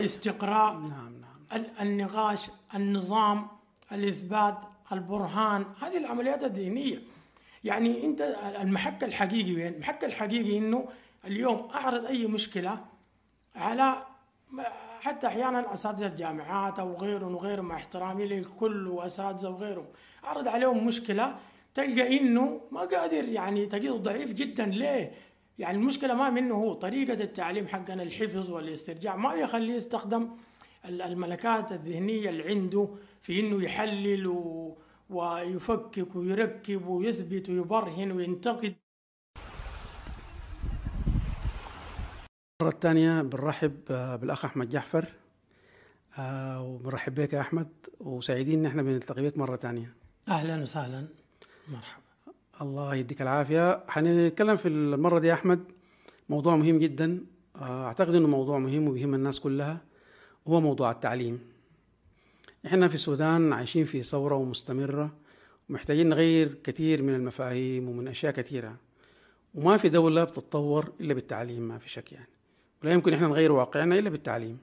الاستقراء. نعم. النقاش، النظام، الإثبات، البرهان، هذه العمليات الذهنية. يعني أنت المحك الحقيقي وين؟ المحك الحقيقي إنه اليوم أعرض أي مشكلة على حتى أحيانا أساتذة الجامعات أو غيرهم وغيرهم، مع احترامي لكل أساتذة وغيرهم، أعرض عليهم مشكلة تلقى إنه ما قادر، يعني تجده ضعيف جدا. ليه؟ يعني المشكلة ما منه هو، طريقة التعليم حقنا الحفظ والاسترجاع ما بيخليه يستخدم الملكات الذهنية اللي عنده في إنه يحلل ويفكك ويركب ويثبت ويبرهن وينتقد. المرة الثانية بنرحب بالأخ أحمد جعفر، وبنرحب بك يا أحمد، وسعيدين إن احنا بنلتقي بك مرة ثانية. أهلا وسهلا، مرحبا. الله يديك العافية. حنتكلم في المرة دي يا أحمد موضوع مهم جدا، أعتقد إنه موضوع مهم وبيهم الناس كلها، وهو موضوع التعليم. احنا في السودان عايشين في ثورة ومستمرة، ومحتاجين نغير كثير من المفاهيم ومن أشياء كثيرة، وما في دولة بتتطور إلا بالتعليم، ما في شك يعني، ولا يمكن احنا نغير واقعنا إلا بالتعليم.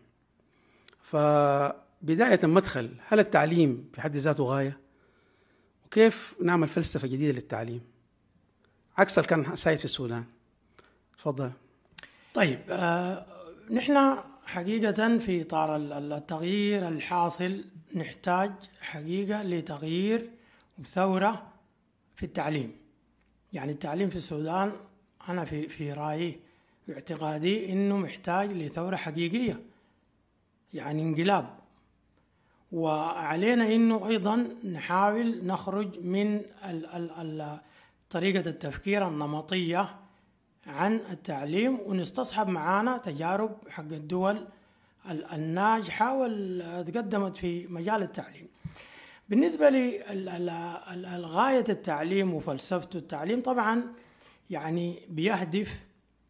فبداية مدخل، هل التعليم في حد ذاته غاية؟ وكيف نعمل فلسفة جديدة للتعليم عكس اللي كان سايد في السودان؟ تفضل. طيب، نحن حقيقة في إطار التغيير الحاصل نحتاج حقيقة لتغيير وثورة في التعليم. يعني التعليم في السودان أنا في رأيي واعتقادي إنه محتاج لثورة حقيقية، يعني انقلاب. وعلينا إنه أيضا نحاول نخرج من طريقة التفكير النمطية عن التعليم، ونستصحب معانا تجارب حق الدول الناجحة والتقدمت في مجال التعليم. بالنسبة لغاية التعليم وفلسفة التعليم، طبعا يعني بيهدف،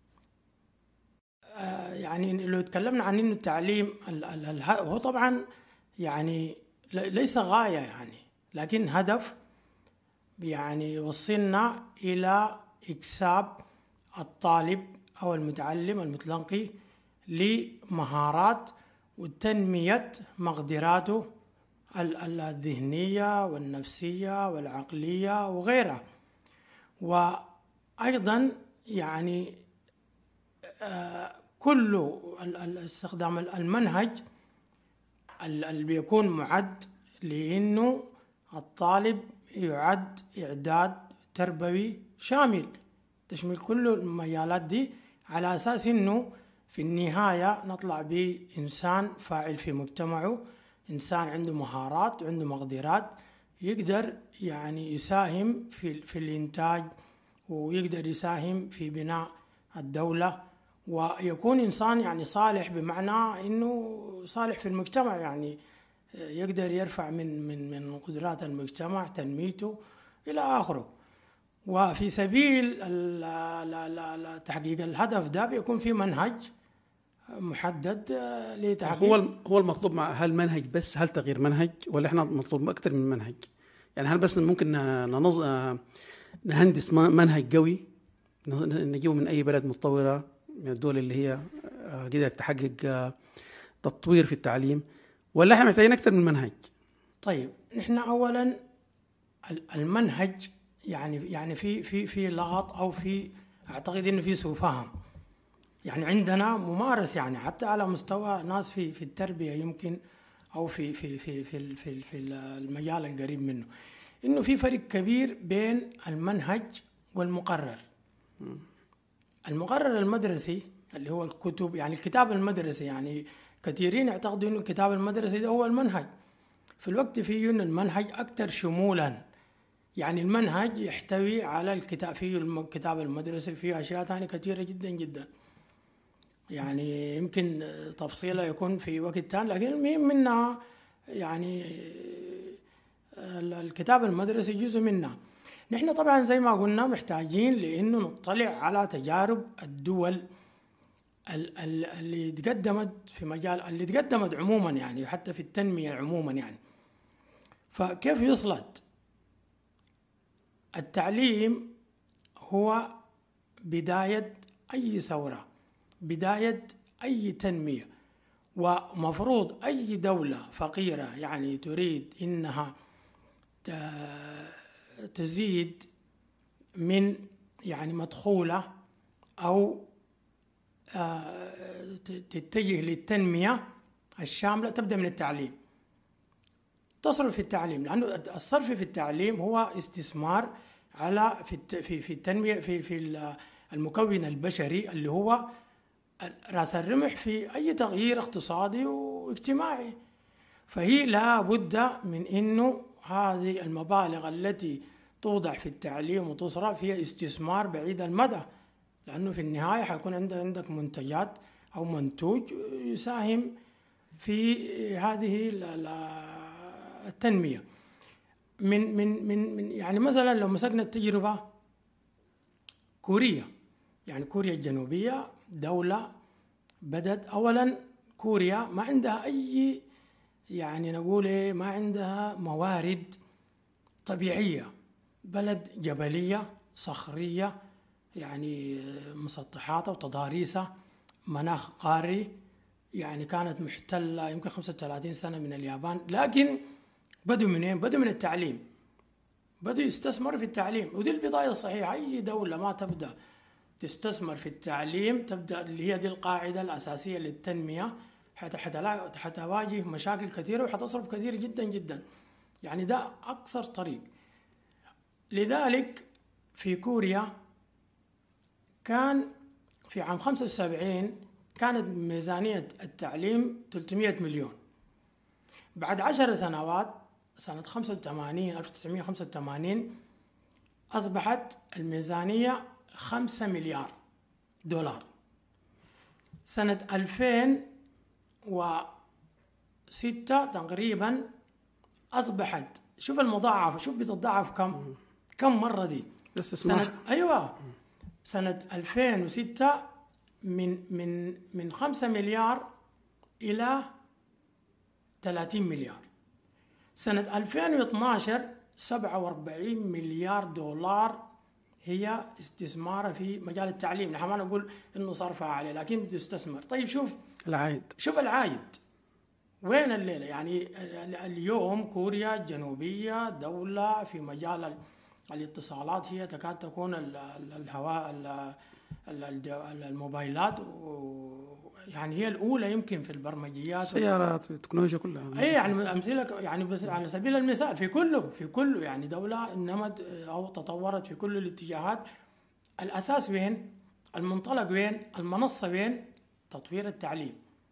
يعني لو تكلمنا عن إنه التعليم هو طبعا يعني ليس غاية يعني، لكن هدف يعني يوصلنا إلى إكساب الطالب أو المتعلم المتلقي لمهارات وتنمية مقدراته الذهنية والنفسية والعقلية وغيرها. وأيضا يعني كل استخدام المنهج اللي بيكون معد لأنه الطالب يعد إعداد تربوي شامل تشمل كل المجالات دي، على أساس إنه في النهاية نطلع بإنسان فاعل في مجتمعه، إنسان عنده مهارات وعنده مقدرات يقدر يعني يساهم في الإنتاج، ويقدر يساهم في بناء الدولة، ويكون إنسان يعني صالح، بمعنى إنه صالح في المجتمع، يعني يقدر يرفع من قدرات المجتمع، تنميته إلى آخره. وفي سبيل تحقيق الهدف ده بيكون في منهج محدد لتحقيق. هو المطلوب مع هل منهج بس؟ هل تغيير منهج، ولا احنا مطلوب أكثر من منهج؟ يعني هل بس ممكن نهندس منهج قوي نجيبه من أي بلد متطورة من الدول اللي هي قدرت تحقق تطوير في التعليم، ولا احنا محتاجين أكثر من منهج؟ طيب، نحن أولا المنهج يعني في لغط، أو في أعتقد إنه في سوء فهم. يعني عندنا ممارس، يعني حتى على مستوى ناس في التربية يمكن، أو في المجال القريب منه، إنه في فرق كبير بين المنهج والمقرر. المقرر المدرسي اللي هو الكتب، يعني الكتاب المدرسي، يعني كثيرين يعتقدوا إنه الكتاب المدرسي ده هو المنهج، في الوقت فيه إنه المنهج أكثر شمولا. يعني المنهج يحتوي على الكتاب، فيه الكتاب المدرسي فيه أشياء ثانية كثيرة جدا جدا، يعني يمكن تفصيله يكون في وقت ثاني، لكن المهم منها يعني الكتاب المدرسي جزء منها. نحن طبعا زي ما قلنا محتاجين لأنه نطلع على تجارب الدول اللي تقدمت في مجال، اللي تقدمت عموما، يعني حتى في التنمية عموما. يعني فكيف يصلت التعليم؟ هو بداية أي ثورة، بداية أي تنمية. ومفروض أي دولة فقيرة يعني تريد إنها تزيد من يعني مدخولة أو تتجه للتنمية الشاملة تبدأ من التعليم. تصرف في التعليم، لأنه الصرف في التعليم هو استثمار على في التنمية في المكون البشري اللي هو رأس الرمح في أي تغيير اقتصادي واجتماعي. فهي لا بد من إنه هذه المبالغ التي توضع في التعليم وتصرف هي استثمار بعيد المدى، لأنه في النهاية حيكون عندك منتجات أو منتوج يساهم في هذه التنمية. من يعني مثلا لو مسكنا التجربة كوريا، يعني كوريا الجنوبية دولة بدت أولا كوريا ما عندها أي يعني نقول إيه، ما عندها موارد طبيعية، بلد جبلية صخرية يعني مسطحات وتضاريسة، مناخ قاري، يعني كانت محتلة يمكن 35 سنة من اليابان، لكن بدوا منين؟ بدوا من التعليم، بدوا يستثمروا في التعليم. ودي البداية الصحيحة. أي دولة ما تبدأ تستثمر في التعليم تبدأ اللي هي دي القاعدة الأساسية للتنمية، حتواجه مشاكل كثيرة وحتصرف كثير جدا جدا، يعني ده أقصر طريق. لذلك في كوريا كان في عام 75 كانت ميزانية التعليم 300 مليون. بعد 10 سنوات سنة 1985 أصبحت الميزانية 5 مليار دولار. سنة 2006 تقريبا أصبحت، شوف المضاعفة، شوف بتضاعف كم مرة دي. سنة 2006 من 5 مليار إلى 30 مليار. سنة 2012 47 مليار دولار هي استثمار في مجال التعليم. نحن ما نقول إنه صرفها عليه، لكن بتستثمر. طيب شوف العائد وين الليلة؟ يعني اليوم كوريا الجنوبية دولة في مجال الاتصالات، هي تكاد تكون الموبايلات، يعني هي الأولى يمكن في البرمجيات، سيارات، التكنولوجيا كلها. أي يعني أمثلة، يعني بس على سبيل المثال في كله يعني دولة نمت أو تطورت في كل الاتجاهات. الأساس وين؟ المنطلق وين؟ المنصة وين؟ تطوير التعليم.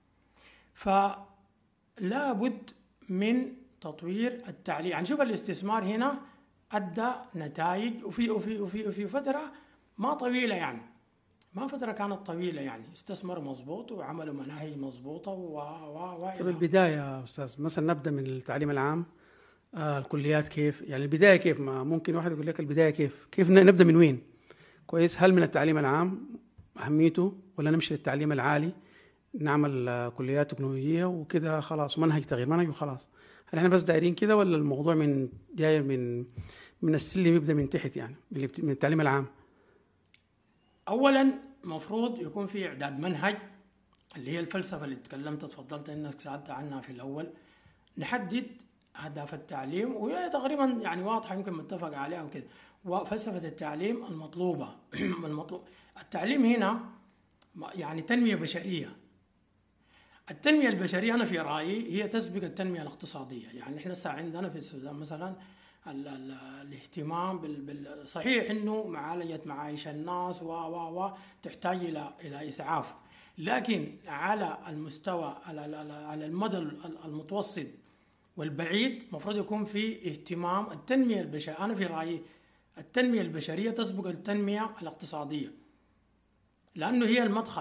فلا بد من تطوير التعليم. يعني شوف الاستثمار هنا أدى نتائج وفي فترة ما طويلة، يعني ما فترة كانت طويلة، يعني استثمروا مضبوط وعملوا مناهج مضبوطة في البداية يا أستاذ مثلا نبدأ من التعليم العام. الكليات كيف؟ يعني البداية كيف؟ ما ممكن واحد يقول لك البداية كيف نبدأ من وين؟ كويس. هل من التعليم العام أهميته، ولا نمشي للتعليم العالي نعمل كليات تكنولوجية وكده خلاص، منهج تغيير منهج وخلاص؟ هل احنا بس دايرين كده، ولا الموضوع من داير من السلم يبدأ من تحت، يعني من التعليم العام؟ أولا مفروض يكون في إعداد منهج، اللي هي الفلسفة اللي تفضلت إنك سألت عنها في الأول. نحدد أهداف التعليم وهي تقريبا يعني واضحة، يمكن متفق عليها وكده. وفلسفة التعليم المطلوبة التعليم هنا يعني تنمية بشرية. التنمية البشرية أنا في رأيي هي تسبق التنمية الاقتصادية. يعني إحنا عندنا في السودان مثلا الاهتمام صحيح إنه معالجة معايش الناس تحتاج إلى إسعاف، لكن على المستوى على المدى المتوسط والبعيد مفروض يكون في اهتمام التنمية البشرية. أنا في رأيي التنمية البشرية تسبق التنمية الاقتصادية، لأنه هي المدخل.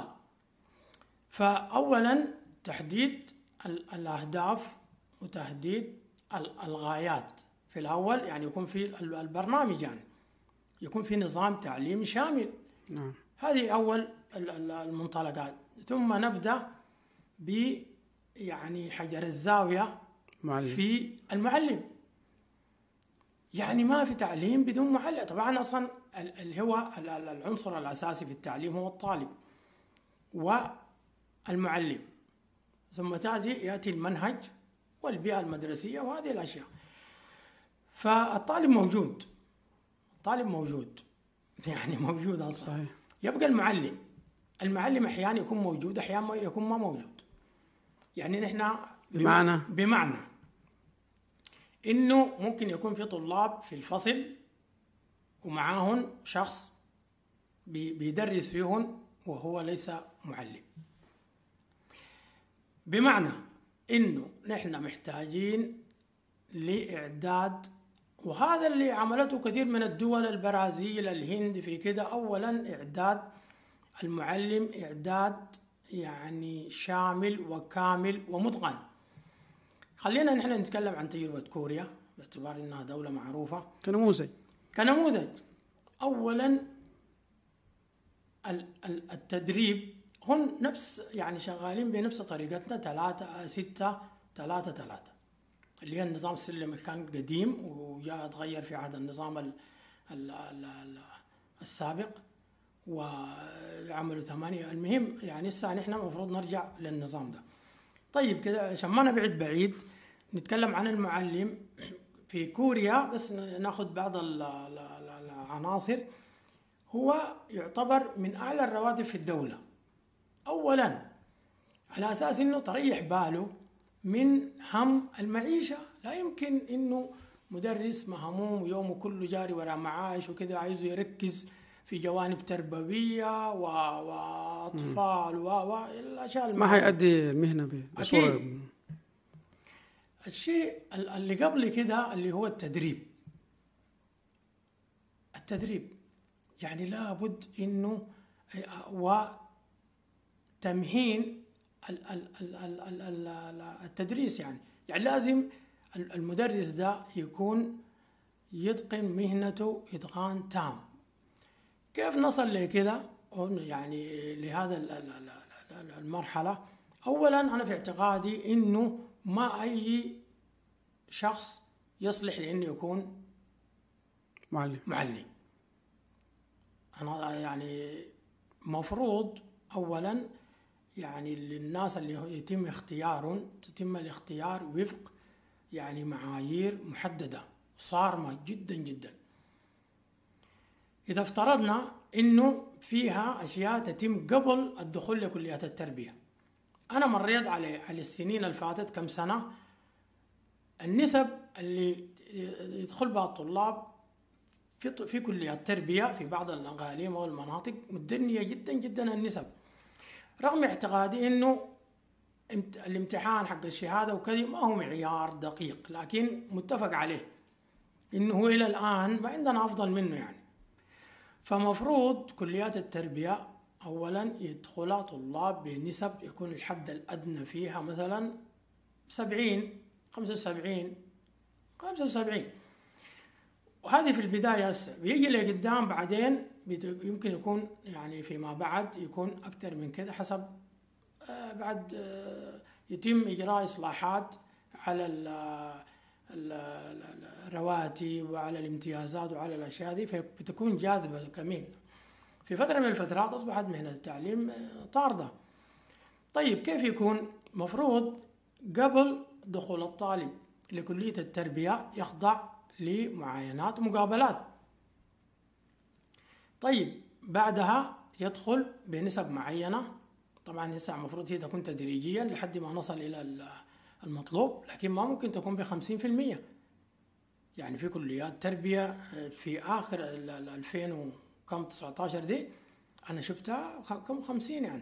فأولا تحديد الأهداف وتحديد الغايات في الأول، يعني يكون في البرنامج، يعني يكون في نظام تعليمي شامل. هذه أول المنطلقات. ثم نبدأ يعني حجر الزاوية في المعلم. يعني ما في تعليم بدون معلم. طبعا أصلا اللي هو العنصر الأساسي في التعليم هو الطالب والمعلم. ثم يأتي المنهج والبيئة المدرسية وهذه الأشياء. فالطالب موجود، الطالب موجود يعني موجود أصلا. صحيح. يبقى المعلم أحيانا يكون موجود، أحيانا يكون ما موجود. يعني نحن بمعنى إنه ممكن يكون في طلاب في الفصل ومعاهم شخص بيدرس فيهم وهو ليس معلم، بمعنى إنه نحن محتاجين لإعداد، وهذا اللي عملته كثير من الدول، البرازيل، الهند، في كده. أولا إعداد المعلم إعداد يعني شامل وكامل ومتقن. خلينا نحن نتكلم عن تجربة كوريا باعتبار إنها دولة معروفة كنموذج. أولا التدريب هن نفس يعني شغالين بنفس طريقتنا، 3-6-3-3 اللي هي النظام السلمي كان قديم وجاء تغير في عهد النظام السابق وعملوا 8. المهم يعني هسه نحن المفروض نرجع للنظام ده. طيب كده عشان ما نبعد بعيد نتكلم عن المعلم في كوريا، بس ناخذ بعض العناصر. هو يعتبر من أعلى الرواتب في الدولة، أولا على أساس إنه تريح باله من هم المعيشة. لا يمكن إنه مدرس مهموم ويومه كله جاري وراء معاش وكذا، عايزه يركز في جوانب تربوية وأطفال والأشياء ما حيؤدي المهنة بصورة. الشيء اللي قبل كده اللي هو التدريب يعني لابد إنه وتمهين التدريس. يعني لازم المدرس ده يكون يتقن مهنته إتقان تام. كيف نصل لكده يعني لهذا المرحلة؟ أولا أنا في اعتقادي إنه ما أي شخص يصلح لأنه يكون معلم. أنا يعني مفروض أولا يعني للناس اللي يتم الاختيار وفق يعني معايير محددة صارمة جدا جدا. إذا افترضنا إنه فيها أشياء تتم قبل الدخول لكليات التربية، أنا مريت على السنين اللي فاتت كم سنة، النسب اللي يدخل بها الطلاب في كليات التربية في بعض الأقاليم والمناطق مدنية جدا جدا النسب، رغم اعتقادي إنه الامتحان حق الشهادة وكذا ما هو معيار دقيق، لكن متفق عليه إنه إلى الآن ما عندنا أفضل منه يعني. فمفروض كليات التربية أولا يدخل طلاب بنسب يكون الحد الأدنى فيها مثلا 70 75 وهذه في البداية. بيجي لقدام بعدين يمكن يكون يعني فيما بعد يكون أكثر من كده حسب بعد يتم إجراء إصلاحات على الرواتب وعلى الامتيازات وعلى الأشياء دي، فبتكون جاذبة كمين. في فترة من الفترات أصبحت مهنة التعليم طاردة. طيب كيف يكون؟ مفروض قبل دخول الطالب لكلية التربية يخضع لمعاينات ومقابلات. طيب بعدها يدخل بنسب معينة، طبعا هسه المفروض هي تكون تدريجيا لحد ما نصل إلى المطلوب، لكن ما ممكن تكون ب50%. يعني في كليات تربية في آخر 2019 دي أنا شفتها كم 50 يعني.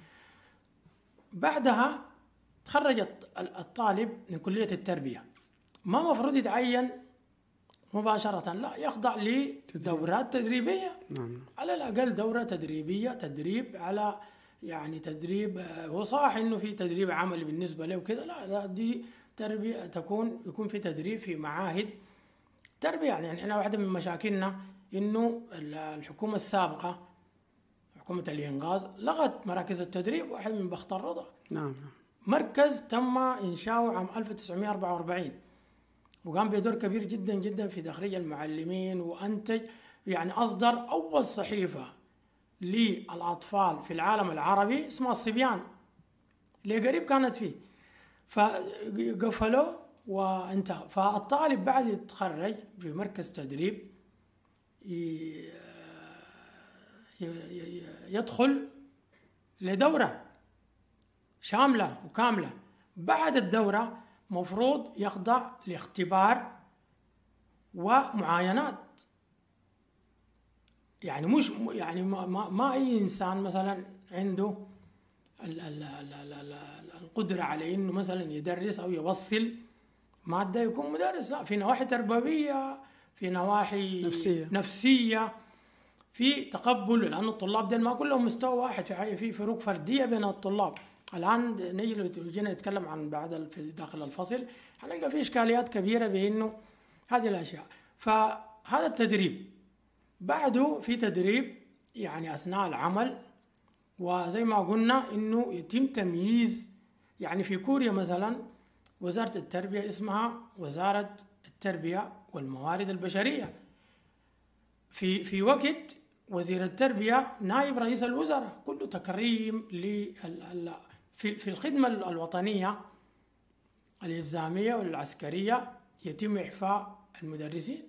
بعدها تخرجت الطالب من كلية التربية ما مفروض يتعين مباشرة، لا، يخضع لدورات تدريبية. على الأقل دورة تدريبية، تدريب على يعني تدريب. هو صح إنه في تدريب عملي بالنسبة له وكذا، لا دي تربية يكون في تدريب في معاهد تربية. يعني إحنا واحدة من مشاكلنا إنه الحكومة السابقة حكومة الإنقاذ لغت مراكز التدريب. واحد من بخت الرضا مركز تم إنشاؤه عام 1944 وقام بدور كبير جدا جدا في تخريج المعلمين، وأنتج يعني أصدر أول صحيفة للأطفال في العالم العربي اسمها الصبيان، لقريب كانت فيه، فقفلوا وانتهى. فالطالب بعد يتخرج في مركز تدريب يدخل لدورة شاملة وكاملة. بعد الدورة مفروض يخضع لاختبار ومعاينات. يعني مش يعني ما أي إنسان مثلا عنده القدرة على إنه مثلا يدرس أو يوصل مادة يكون مدرس. لا، في نواحي تربوية، في نواحي نفسية، في تقبل، لأن الطلاب دول ما كلهم مستوى واحد، في فروق فردية بين الطلاب. الآن نيجي نتكلم عن بعد في داخل الفصل هنلقى في إشكاليات كبيرة بإنه هذه الأشياء. فهذا التدريب بعده في تدريب يعني أثناء العمل، وزي ما قلنا إنه يتم تمييز. يعني في كوريا مثلا وزارة التربية اسمها وزارة التربية والموارد البشرية، في وقت وزير التربية نائب رئيس الوزراء، كله تكريم في الخدمة الوطنية الإلزامية والعسكرية يتم إعفاء المدرسين.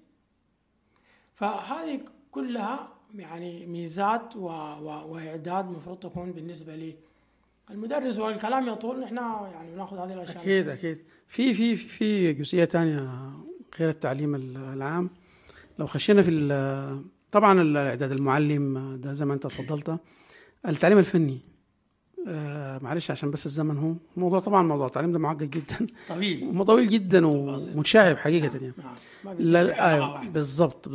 فهذه كلها يعني ميزات وإعداد مفروض تكون بالنسبة للمدرس. والكلام يطول، نحن يعني ناخذ هذه الأشياء. أكيد. في جزئية تانية غير التعليم العام. لو خشينا في طبعا الإعداد المعلم ده زي ما أنت تفضلت، التعليم الفني معلش عشان بس الزمن، هو موضوع طبعا موضوع التعليم ده معقد جدا، طويل جدا ومتشعب حقيقة يعني. لا بالضبط.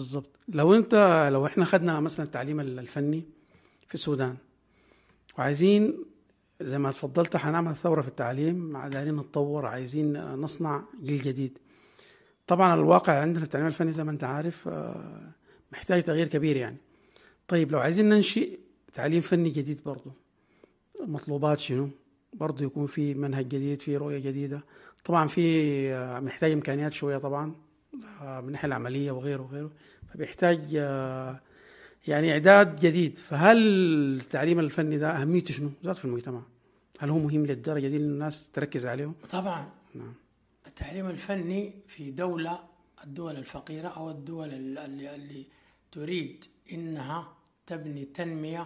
لو احنا خدنا مثلا التعليم الفني في السودان وعايزين زي ما تفضلت هنعمل ثورة في التعليم، عايزين نتطور، عايزين نصنع جيل جديد. طبعا الواقع عندنا التعليم الفني زي ما انت عارف محتاج تغيير كبير يعني. طيب لو عايزين ننشئ تعليم فني جديد برضو، مطلوبات شنو؟ برضو يكون في منهج جديد، في رؤية جديدة. طبعا في محتاج إمكانيات شوية طبعا من الناحية العملية وغيره، فبيحتاج يعني إعداد جديد. فهل التعليم الفني ده أهميته شنو ذات في المجتمع؟ هل هو مهم للدرجة دي الناس تركز عليه؟ طبعا. نعم. التعليم الفني في الدول الفقيرة أو الدول اللي تريد إنها تبني تنمية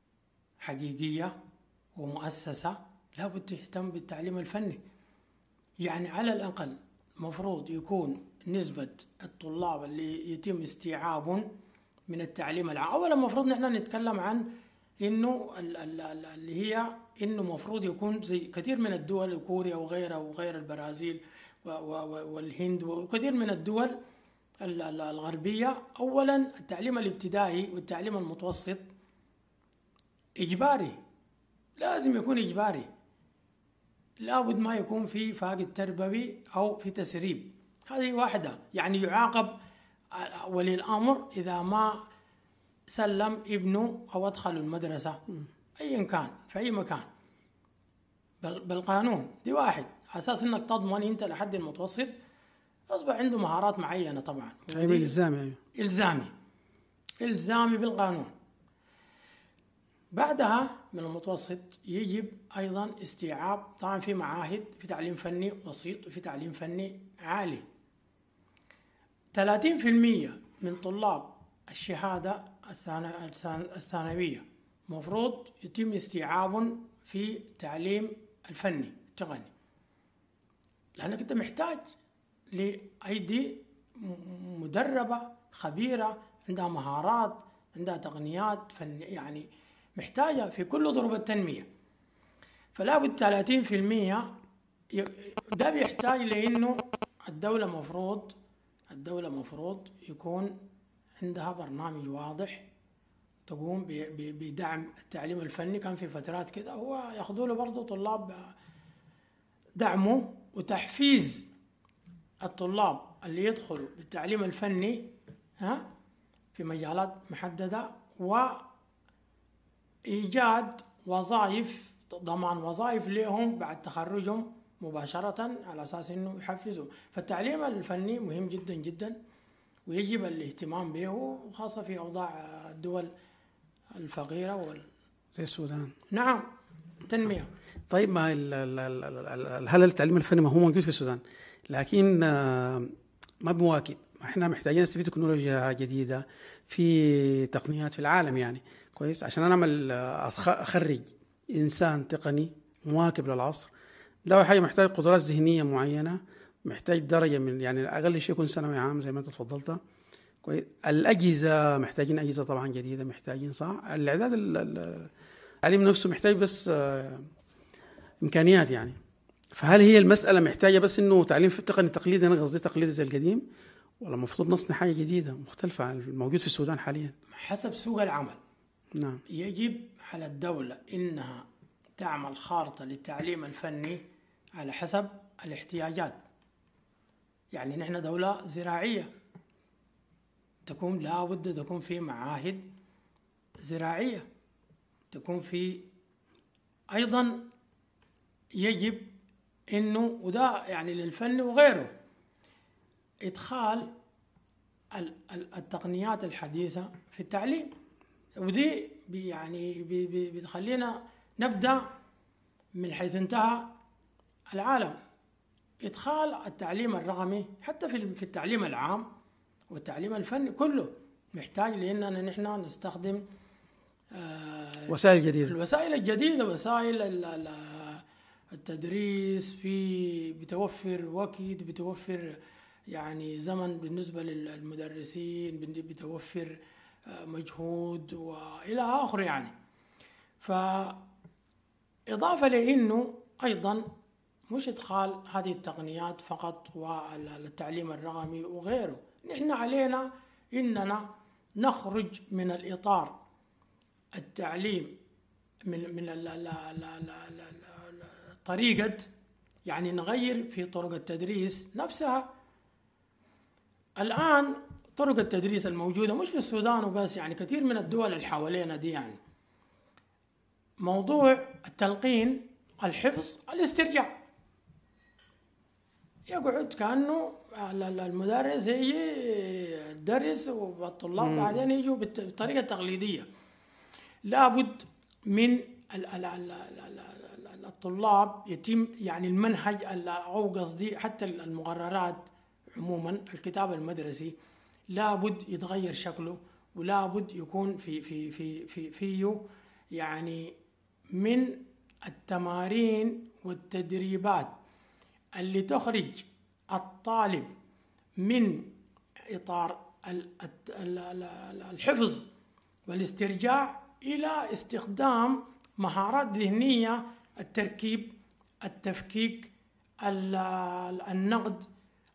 حقيقية ومؤسسة لابد تهتم بالتعليم الفني. يعني على الأقل مفروض يكون نسبة الطلاب اللي يتم استيعابهم من التعليم العام. أولا مفروض نحن نتكلم عن إنه اللي هي إنه مفروض يكون زي كثير من الدول، كوريا وغير البرازيل والهند وكثير من الدول الغربية. أولا التعليم الابتدائي والتعليم المتوسط إجباري، لازم يكون إجباري، لابد ما يكون في فاقد تربوي أو في تسريب. هذه واحدة. يعني يعاقب ولي الأمر إذا ما سلم ابنه أو أدخل المدرسة أيا كان في أي مكان بالقانون. دي واحد، أساس إنك تضمن أنت لحد المتوسط أصبح عنده مهارات معينة. طبعا إلزامي بالقانون. بعدها من المتوسط يجب أيضا استيعاب، طبعا في معاهد في تعليم فني بسيط وفي تعليم فني عالي. 30% من طلاب الشهادة الثانوية مفروض يتم استيعابهم في تعليم الفني التقني، لأنك أنت محتاج لأيدي مدربة خبيرة عندها مهارات، عندها تقنيات فن، يعني محتاجة في كل ضرب التنمية. فلا بد 30% ده بيحتاج لأنه الدولة مفروض يكون عندها برنامج واضح تقوم بدعم التعليم الفني. كان في فترات كده هو ياخذوا له برضه طلاب دعمه وتحفيز الطلاب اللي يدخلوا بالتعليم الفني في مجالات محددة، وإيجاد وظائف، ضمان وظائف لهم بعد تخرجهم مباشرة على أساس إنه يحفزوا. فالتعليم الفني مهم جدا جدا ويجب الاهتمام به، وخاصة في أوضاع الدول الفقيرة زي السودان. نعم. تنمية. طيب ما هل التعليم الفني ما هو موجود في السودان، لكن ما بمواكب. احنا محتاجين نستفيد تكنولوجيا جديدة في تقنيات في العالم يعني كويس، عشان انا اعمل اخرج انسان تقني مواكب للعصر. ده حاجة محتاج قدرات ذهنية معينة، محتاج درجة من يعني اقل شيء يكون ثانوي عام زي ما انت تفضلت كويس. الاجهزة محتاجين اجهزة طبعا جديدة، محتاجين صح الاعداد التعليم نفسه محتاج بس امكانيات يعني. فهل هي المسألة محتاجة بس انه تعليم في التقني تقليدي، انا قصدي تقليدي زي القديم، ولا المفروض نصنع حاجة جديدة مختلفة عن الموجود في السودان حاليا؟ حسب سوق العمل. نعم. يجب على الدولة انها تعمل خارطة للتعليم الفني على حسب الاحتياجات. يعني نحن دولة زراعية، لا بد تكون في معاهد زراعية، تكون في أيضا يجب إنه وده يعني للفن وغيره إدخال التقنيات الحديثة في التعليم، ودي يعني بتخلينا نبدأ من حيث انتهى العالم. إدخال التعليم الرقمي حتى في التعليم العام والتعليم الفني كله محتاج لأننا نحن نستخدم وسائل جديدة، الوسائل الجديدة، وسائل التدريس بتوفر وقت، بتوفر يعني زمن بالنسبة للمدرسين، بتوفر مجهود وإلى آخره يعني. فإضافة لأنه أيضا مش إدخال هذه التقنيات فقط والتعليم الرقمي وغيره، نحن علينا إننا نخرج من الإطار التعليم من طريقة، يعني نغير في طرق التدريس نفسها. الآن طرق التدريس الموجودة مش في السودان وبس، يعني كثير من الدول اللي حوالينا دي، يعني موضوع التلقين، الحفظ، الاسترجاع. يقعد كأنه المدرس يجي يدرس والطلاب بعدين يجوا بالطريقة التقليدية. لابد من الطلاب يتم يعني المنهج أو قصدي حتى المقررات عموما، الكتاب المدرسي لابد يتغير شكله، ولابد يكون فيه يعني من التمارين والتدريبات اللي تخرج الطالب من إطار الحفظ والاسترجاع إلى استخدام مهارات ذهنية، التركيب، التفكيك، النقد،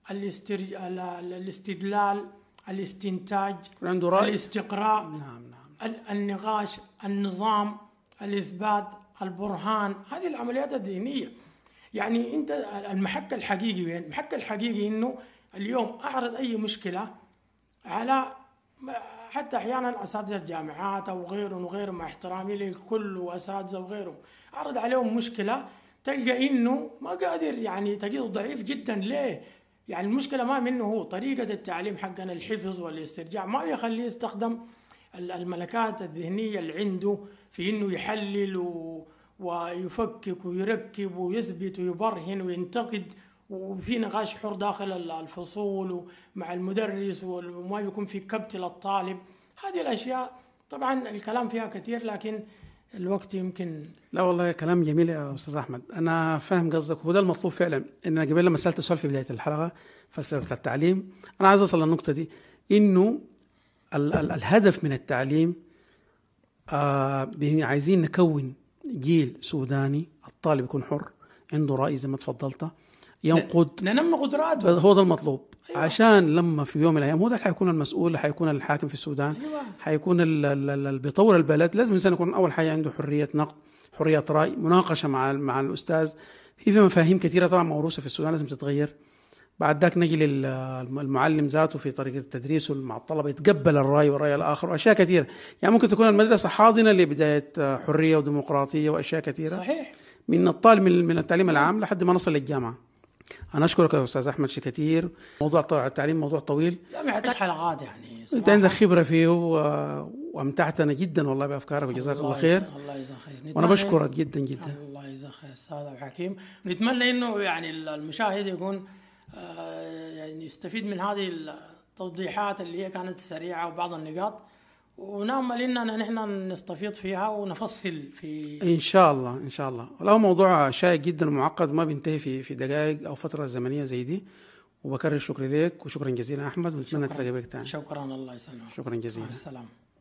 الاستدلال، الاستنتاج، الاستقراء، النقاش، النظام، الإثبات، البرهان. هذه العمليات الذهنية. يعني أنت المحك الحقيقي وين؟ المحك الحقيقي إنه اليوم أعرض أي مشكلة على حتى أحيانا أساتذة الجامعات أو غيرهم وغيرهم، مع احترامي لكل أساتذة وغيرهم، أعرض عليهم مشكلة تلقى إنه ما قادر، يعني تجده ضعيف جدا. ليه؟ يعني المشكلة ما منه هو، طريقة التعليم حقنا الحفظ والاسترجاع ما بيخليه يستخدم الملكات الذهنية اللي عنده في إنه يحلل ويفكك ويركب ويثبت ويبرهن وينتقد، وفي نقاش حر داخل الفصول مع المدرس، وما يكون في كبت للطالب. هذه الأشياء طبعا الكلام فيها كثير، لكن الوقت يمكن. لا والله كلام جميل يا أستاذ أحمد، أنا فاهم قصدك، وده المطلوب فعلا. إن أنا قبل لما سألت السؤال في بداية الحلقة فلسفة التعليم، أنا عايز أصل للنقطة دي، إنه الهدف من التعليم عايزين نكون جيل سوداني، الطالب يكون حر، عنده رأي زي ما تفضلت، ينقد، ننمي قدراته. هو ده المطلوب. أيوة. عشان لما في يوم من الأيام هو ده حيكون المسؤول، حيكون الحاكم في السودان. أيوة. حيكون اللي بيطور البلد. لازم الإنسان يكون أول حاجة عنده حرية نقد، حرية رأي، مناقشة مع الأستاذ. في مفاهيم كثيرة طبعا موروثة في السودان لازم تتغير. بعد ذاك نجي للمعلم ذاته في طريقة التدريس مع الطلبة، يتقبل الرأي والرأي الآخر وأشياء كثيرة. يعني ممكن تكون المدرسة حاضنة لبداية حرية وديمقراطية وأشياء كثيرة. صحيح. من الطالب من التعليم العام لحد ما نصل للجامعة. أنا أشكرك يا أستاذ أحمد كثير. موضوع التعليم موضوع طويل، لا يحتاج حلقات يعني. أنت عندك خبرة فيه وامتعتنا جدا والله بافكارك، وجزاك الله خير. الله يجزاك خير. وانا بشكرك جدا جدا. الله يجزاك خير استاذ عبد الحكيم. نتمنى انه يعني المشاهد يكون يعني يستفيد من هذه التوضيحات اللي هي كانت سريعه وبعض النقاط، ونامل اننا نحن نستفيد فيها ونفصل في ان شاء الله ان شاء الله. له موضوع شائك جدا ومعقد ما بينتهي في دقائق او فتره زمنيه زي دي. وبكرر شكري لك وشكرا جزيلا احمد، ونتمنى تلاقي بك تاني. شكرا. الله يسلمك. شكرا جزيلا. مع السلامه.